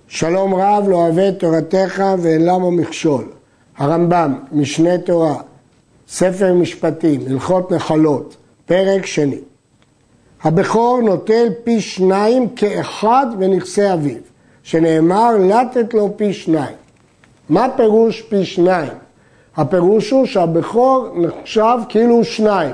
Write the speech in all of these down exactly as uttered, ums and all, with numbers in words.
שלום רב לא אוהב את תורתך ואין למה מכשול. הרמב"ם, משנה תורה, ספר משפטים, הלכות נחלות, פרק שני. הבכור נוטל פי שניים כאחד בנכסי אביו, שנאמר לתת לו פי שניים. מה פירוש פי שניים? הפירוש הוא שהבכור נחשב כאילו שניים.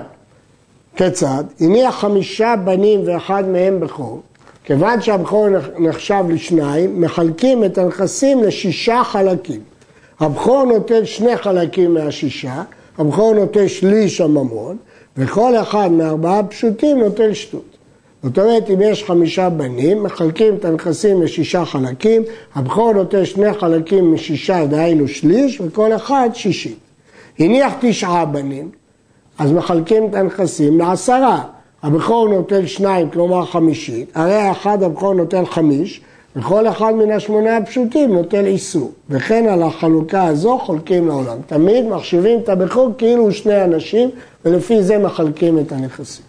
כיצד? הניח חמישה בנים ואחד מהם בכור. כיוון שהבכור נחשב לשניים, מחלקים את הנכסים לשישה חלקים. הבכור נוטל שני חלקים מהשישה, הבכור נוטל שליש הממון, וכל אחד מארבעה פשוטים נוטל שטות. זאת אומרת, אם יש חמישה בנים, מחלקים את הנכסים לשישה חלקים, הבכור נוטל שני חלקים משישה, דהיינו שליש, וכל אחד שישית. הניח תשעה בנים, אז מחלקים את הנכסים לעשרה. הבכור נוטל שניים, כלומר חמישית, הרי האחד הבכור נוטל חמיש, וכל אחד מן השמונה הפשוטים נוטל איסור. וכן על החלוקה הזו חולקים לעולם. תמיד מחשיבים את הבכור כאילו שני אנשים, ולפי זה מחלקים את הנכסים.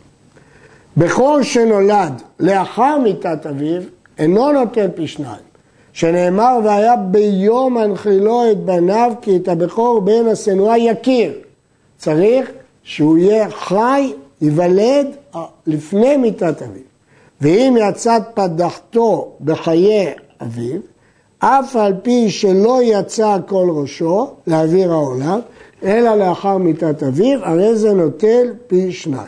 בכור שנולד לאחר מיתת אביו, אינו נוטל פי שניים. שנאמר והיה ביום הנחילו את בניו, כי את הבכור בן השנואה יכיר. צריך שהוא יהיה חי, ייוולד לפני מיתת אביו. ואם יצאת פדחתו בחיי אביו, אף על פי שלא יצא כל ראשו לאוויר העולם, אלא לאחר מיתת אביו, הרי זה נוטל פי שניים.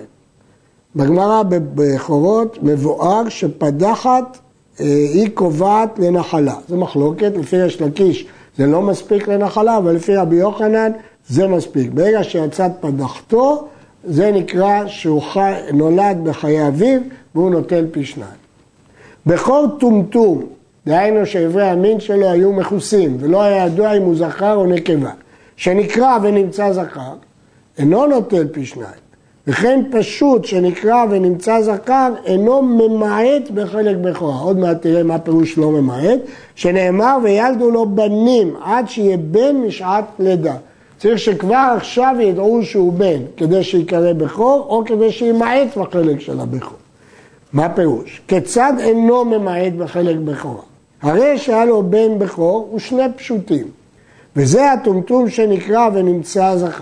בגמרא בבכורות מבואר שפדחת היא קובעת לנחלה. זו מחלוקת, לפי יש לקיש זה לא מספיק לנחלה, אבל לפי רבי יוחנן זה מספיק. ברגע שיצאת פדחתו, זה נקרא שהוא חי, נולד בחיי אביו, והוא נוטל פי שניים. בכור טומטום, דהיינו שעברי המין שלו היו מכוסים, ולא היה ידוע אם הוא זכר או נקבה, שנקרא ונמצא זכר, אינו נוטל פי שניים. וכן פשוט שנקרא ונמצא זכר, אינו ממעט בחלק בכורה. עוד מעט תראה מה פירוש לא ממעט, שנאמר וילדו לו בנים עד שיהיה בן משעת לידה. צריך שכבר עכשיו ידעו שהוא בן, כדי שיקרא בכור, או כדי שימעט בחלק של הבכור. מה פירוש? כיצד אינו ממעט בחלק בכורה? הרי שהיה לו בן בכור ושני פשוטים, וזה הטומטום שנקרא ונמצא זכר.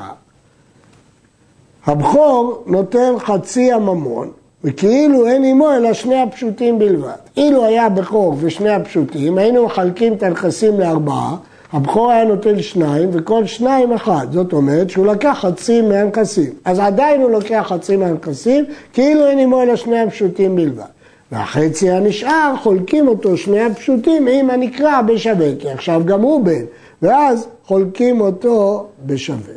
הבכור נותן חצי הממון, וכאילו אין עמו אלא שני הפשוטים בלבד. אילו היה בכור ושני הפשוטים, היינו מחלקים את הנכסים לארבעה, הבכור היה נוטל שניים וכל שניים אחד. זאת אומרת שהוא לקח חצי מהנכסים. אז עדיין הוא לוקח חצי מהנכסים, כאילו אין עמו אלא שני הפשוטים בלבד. והחצי הנשאר חולקים אותו שני הפשוטים עם הנקרא בשווה, כי עכשיו גם הוא בן, ואז חולקים אותו בשווה.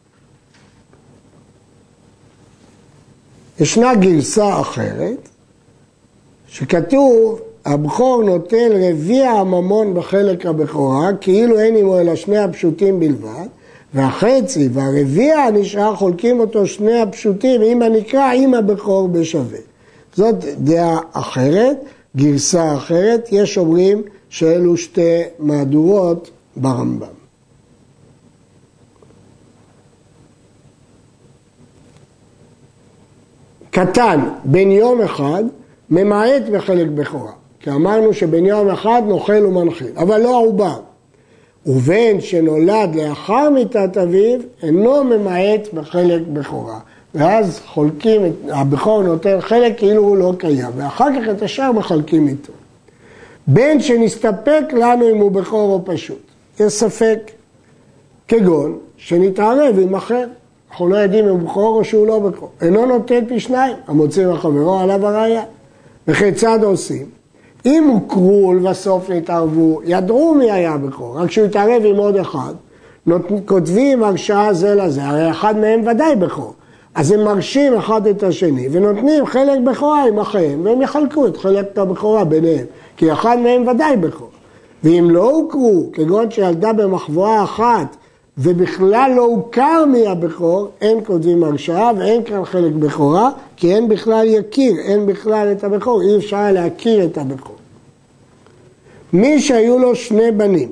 ישנה גרסה אחרת, שכתוב, הבכור נוטל רביע הממון בחלק הבכורה, כאילו אין עמו אלא שני הפשוטים בלבד, והחצי והרביע הנשאר חולקים אותו שני הפשוטים עם הנקרא עם הבכור בשווה. זאת דעה אחרת, גרסה אחרת, יש אומרים שאלו שתי מהדורות ברמב"ם. קטן בין יום אחד ממעט בחלק בכורה. כי אמרנו שבין יום אחד נוכל ומנחיל, אבל לא העובר. ובן שנולד לאחר מיתת אביו, אינו ממעט בחלק בכורה. ואז חולקים, הבכור נותן חלק כאילו הוא לא קיים, ואחר כך את השאר מחלקים איתו. בן שנסתפק לנו אם הוא בכור או פשוט. יש ספק, כגון שנתערב עם אחר. אנחנו לא יודעים אם הוא בכור או שהוא לא בכור. אינו נותן פי שניים, המוציא מחברו עליו הראיה. וכיצד עושים? אם הוא קרול בסוף נתערבו, ידעו מי היה בכור, רק שהוא יתערב עם עוד אחד, כותבים הרשעה זה לזה, הרי אחד מהם ודאי בכור. אז הם מרשים אחד את השני, ונותנים חלק בכורה עם אחיהם, והם יחלקו את חלק הבכורה ביניהם, כי אחד מהם ודאי בכור. ואם לא הוכרו, כגון שילדה במחבורה אחת, ובכלל לא הוכר מי הבכור, אין כותבים הרשעה ואין כאן חלק בכורה, כי אין בכלל יכיר, אין בכלל את הבכור, אי אפשר להכיר את הבכור. מי שהיו לו שני בנים,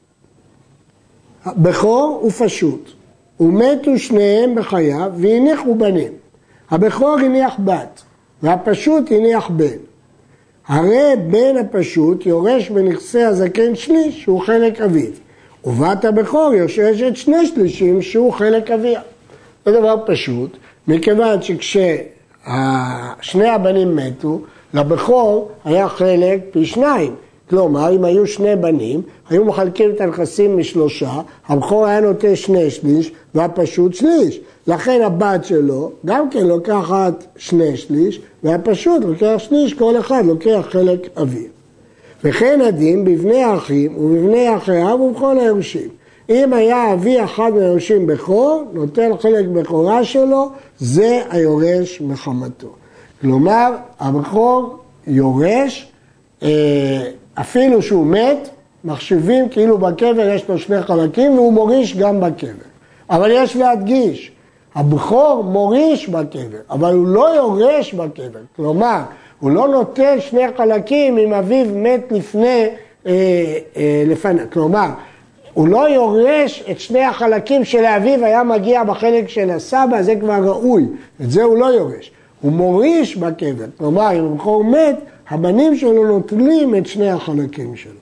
בכור ופשוט, ומתו שניהם בחייו והניחו בנים. הבכור הניח בת, והפשוט הניח בן. הרי בן הפשוט יורש בנכסי הזקן שליש שהוא חלק אביו, ובת הבכור יורשת שני שלישים שהוא חלק אביה. זה דבר פשוט, מכיוון שכששני הבנים מתו, לבכור היה חלק פי שניים. כלומר, אם היו שני בנים, היו מחלקים את הנכסים משלושה, הבכור היה נוטה שני שליש והפשוט שליש. לכן הבת שלו גם כן לוקחת שני שליש, והפשוט לוקח שליש, כל אחד לוקח חלק אביו. וכן הדין בבני האחים ובבני אחיו ובכל היורשים. אם היה אבי אחד מהיורשים בכור, נותן חלק בכורה שלו, זה היורש מחמתו. כלומר, הבכור יורש, אפילו שהוא מת, מחשבים כאילו בקבר יש לו שני חלקים, והוא מוריש גם בקבר. אבל יש להדגיש, הבכור מוריש בקבר, אבל הוא לא יורש בקבר. כלומר, הוא לא נוטל שני חלקים אם אביו מת לפני, אה, אה, לפני. כלומר, הוא לא יורש את שני החלקים שלאביו היה מגיע בחלק של הסבא, זה כבר ראוי, את זה הוא לא יורש. הוא מוריש בקבר, כלומר, אם הבכור מת, הבנים שלו נוטלים את שני החלקים שלו.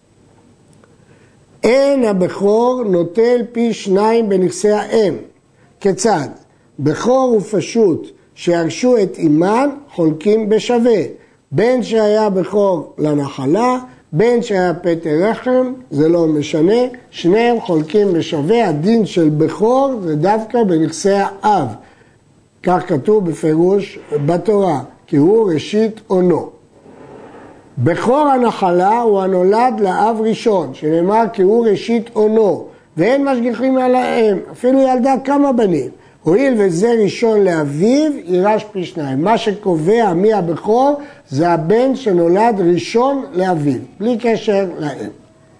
אין הבכור נוטל פי שניים בנכסי האם. כיצד? בכור ופשוט שירשו את אימן חולקים בשווה. בין שהיה בכור לנחלה, בין שהיה פטר רחם, זה לא משנה, שניהם חולקים בשווה. הדין של בכור זה דווקא בנכסי האב. כך כתוב בפירוש בתורה, כי הוא ראשית עונו. בכור הנחלה הוא הנולד לאב ראשון, שנאמר כי הוא ראשית עונו, ואין משגיחים על האם, אפילו ילדה כמה בנים. הואיל וזה ראשון לאביו, יירש פי שניים. מה שקובע מי הבכור זה הבן שנולד ראשון לאביו, בלי קשר לאם.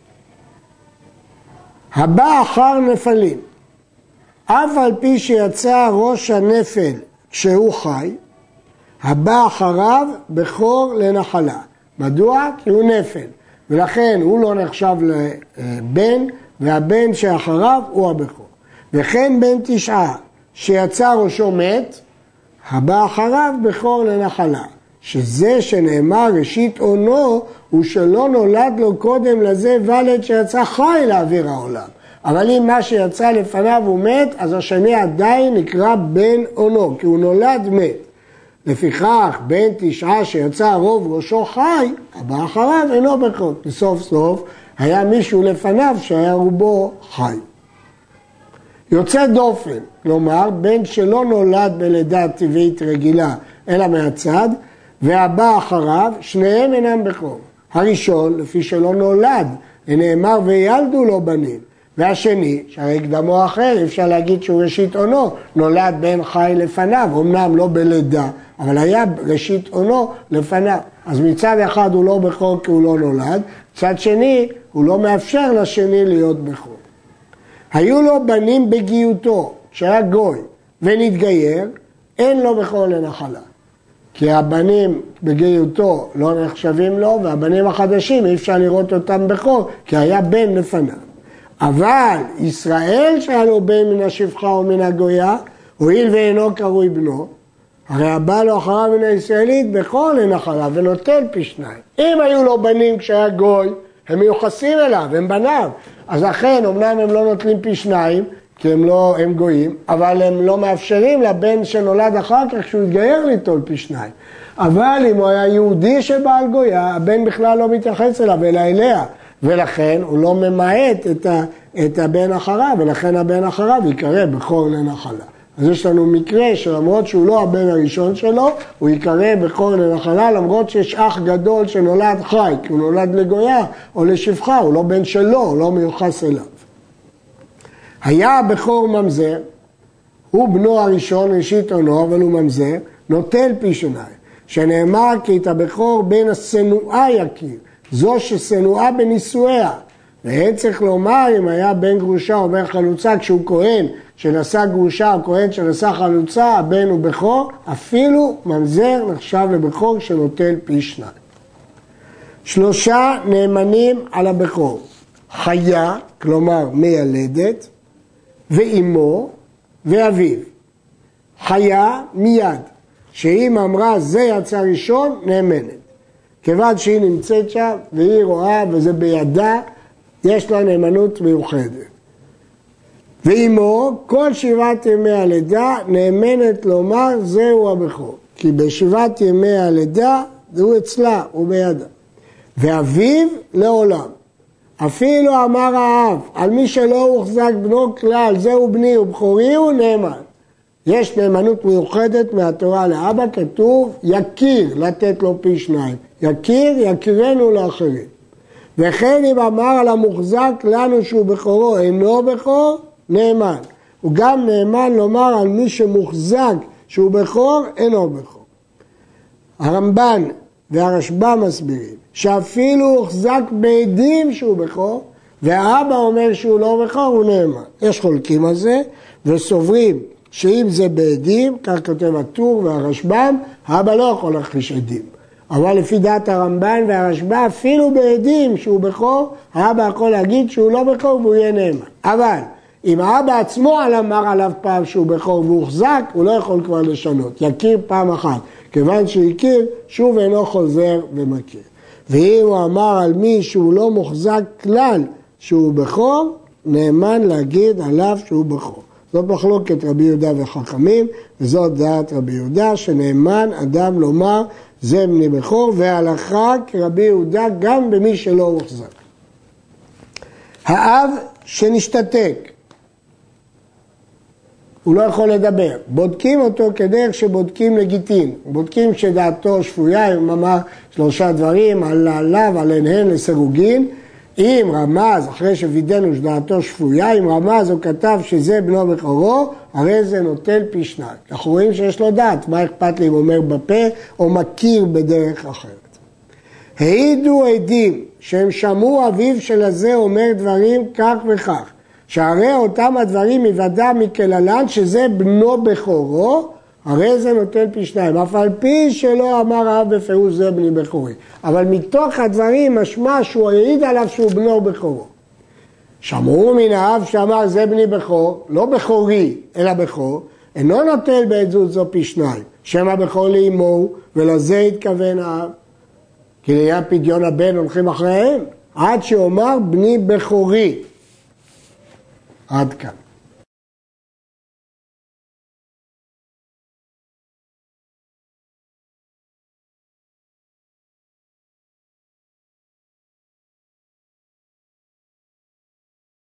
הבא אחר נפלים, אף על פי שיצא ראש הנפל כשהוא חי, הבא אחריו בכור לנחלה. מדוע? כי הוא נפל, ולכן הוא לא נחשב לבן, והבן שאחריו הוא הבכור. וכן בן תשעה שיצא ראשו מת, הבא אחריו בכור לנחלה. שזה שנאמר ראשית עונו, הוא שלא נולד לו קודם לזה ולד שיצא חי לאוויר העולם. אבל אם מה שיצא לפניו הוא מת, אז השני עדיין נקרא בן עונו, כי הוא נולד מת. לפיכך, בן תשעה שיצא רוב ראשו חי, הבא אחריו אינו בכור. בסוף סוף היה מישהו לפניו שהיה רובו חי. יוצא דופן, כלומר, בן שלא נולד בלידה טבעית רגילה, אלא מהצד, והבא אחריו, שניהם אינם בכור. הראשון, לפי שלא נולד, נאמר וילדו לו בנים. והשני, שהרי קדמו אחר, אפשר להגיד שהוא ראשית עונו, נולד בן חי לפניו, אמנם לא בלידה, אבל היה ראשית עונו לפניו. אז מצד אחד הוא לא בכור כי הוא לא נולד, מצד שני הוא לא מאפשר לשני להיות בכור. היו לו בנים בגיותו, שהיה גוי ונתגייר, אין לו בכור לנחלה. כי הבנים בגיותו לא נחשבים לו, והבנים החדשים אי אפשר לראות אותם בכור, כי היה בן לפניו. אבל ישראל שהיה לו בן מן השפחה או מן הגויה, הואיל ואינו קרוי בנו, הרי הבא לו אחריו מן הישראלית בכור לנחלה ונוטל פי שניים. אם היו לו בנים כשהיה גוי, הם מיוחסים אליו, הם בניו. אז לכן, אמנם הם לא נוטלים פי שניים, כי הם לא, הם גויים, אבל הם לא מאפשרים לבן שנולד אחר כך שהוא יתגייר ליטול פי שניים. אבל אם הוא היה יהודי שבעל גויה, הבן בכלל לא מתייחס אליו, אלא אליה. ולכן הוא לא ממעט את, ה, את הבן אחריו, ולכן הבן אחריו יקרא בכור לנחלה. אז יש לנו מקרה שלמרות שהוא לא הבן הראשון שלו, הוא יקרא בכור לנחלה, למרות שיש אח גדול שנולד חי, כי הוא נולד לגויה או לשפחה, הוא לא בן שלו, הוא לא מיוחס אליו. היה בכור ממזר, הוא בנו הראשון, ראשית עונו, אבל הוא ממזר, נוטל פי שניים, שנאמר כי את הבכור בין השנואה יכיר, זו ששנואה בנישואיה. ואין צריך לומר אם היה בן גרושה או בן חלוצה, כשהוא כהן שנשא גרושה או כהן שנשא חלוצה, הבן הוא בכור, אפילו ממזר נחשב לבכור שנוטל פי שניים. שלושה נאמנים על הבכור, חיה, כלומר מיילדת, ואימו ואביו. חיה מיד, שאם אמרה זה יצא ראשון, נאמנת. כיוון שהיא נמצאת שם והיא רואה וזה בידה, יש לה נאמנות מיוחדת. ואימו, כל שבעת ימי הלידה נאמנת לומר זהו הבכור. כי בשבעת ימי הלידה הוא אצלה, הוא בידה. ואביו לעולם. אפילו אמר האב, על מי שלא הוחזק בנו כלל, זהו בני ובכורי, הוא נאמן. יש נאמנות מיוחדת מהתורה לאבא, כתוב יכיר לתת לו פי שניים. יכיר, יכירנו לאחרים. וכן אם אמר על המוחזק לנו שהוא בכורו אינו בכור, נאמן. הוא גם נאמן לומר על מי שמוחזק שהוא בכור, אינו בכור. הרמב"ן והרשב"א מסבירים שאפילו הוחזק בעדים שהוא בכור, והאבא אומר שהוא לא בכור, הוא נאמן. יש חולקים על זה, וסוברים שאם זה בעדים, כך כותב הטור והרשב"ם, האבא לא יכול להכחיש עדים. אבל לפי דעת הרמב"ן והרשב"א, אפילו בעדים שהוא בכור, האבא יכול להגיד שהוא לא בכור והוא יהיה נאמן. אבל אם האבא עצמו אמר עליו פעם שהוא בכור והוא הוחזק, הוא לא יכול כבר לשנות. יכיר פעם אחת. כיוון שהכיר, שוב אינו חוזר ומכיר. ואם הוא אמר על מי שהוא לא מוחזק כלל שהוא בכור, נאמן להגיד עליו שהוא בכור. זאת מחלוקת רבי יהודה וחכמים, וזאת דעת רבי יהודה, שנאמן אדם לומר זה בני בכור, והלכה כרבי יהודה גם במי שלא הוחזק. האב שנשתתק, הוא לא יכול לדבר. בודקים אותו כדרך שבודקים לגיטין. בודקים שדעתו שפויה, אם אמר שלושה דברים, על עליו, על הן לסירוגין. אם רמז, אחרי שווידאנו שדעתו שפויה, אם רמז הוא כתב שזה בנו בכורו, הרי זה נוטל פי שניים. אנחנו רואים שיש לו דעת, מה אכפת לי אם אומר בפה או מכיר בדרך אחרת. העידו עדים שהם שמעו אביו של הזה אומר דברים כך וכך. שהרי אותם הדברים יוודע מכללן שזה בנו בכורו, הרי זה נותן פי שניים. אף על פי שלא אמר האב בפירוש זה בני בכורי. אבל מתוך הדברים משמע שהוא העיד עליו שהוא בנו בכורו. שמעו מן האב שאמר זה בני בכור, לא בכורי אלא בכור, אינו נוטל בעדות זו פי שניים. שם הבכור לאמו ולזה התכוון האב. כי לעניין פדיון הבן הולכים אחריהם. עד שאומר בני בכורי. עד כאן.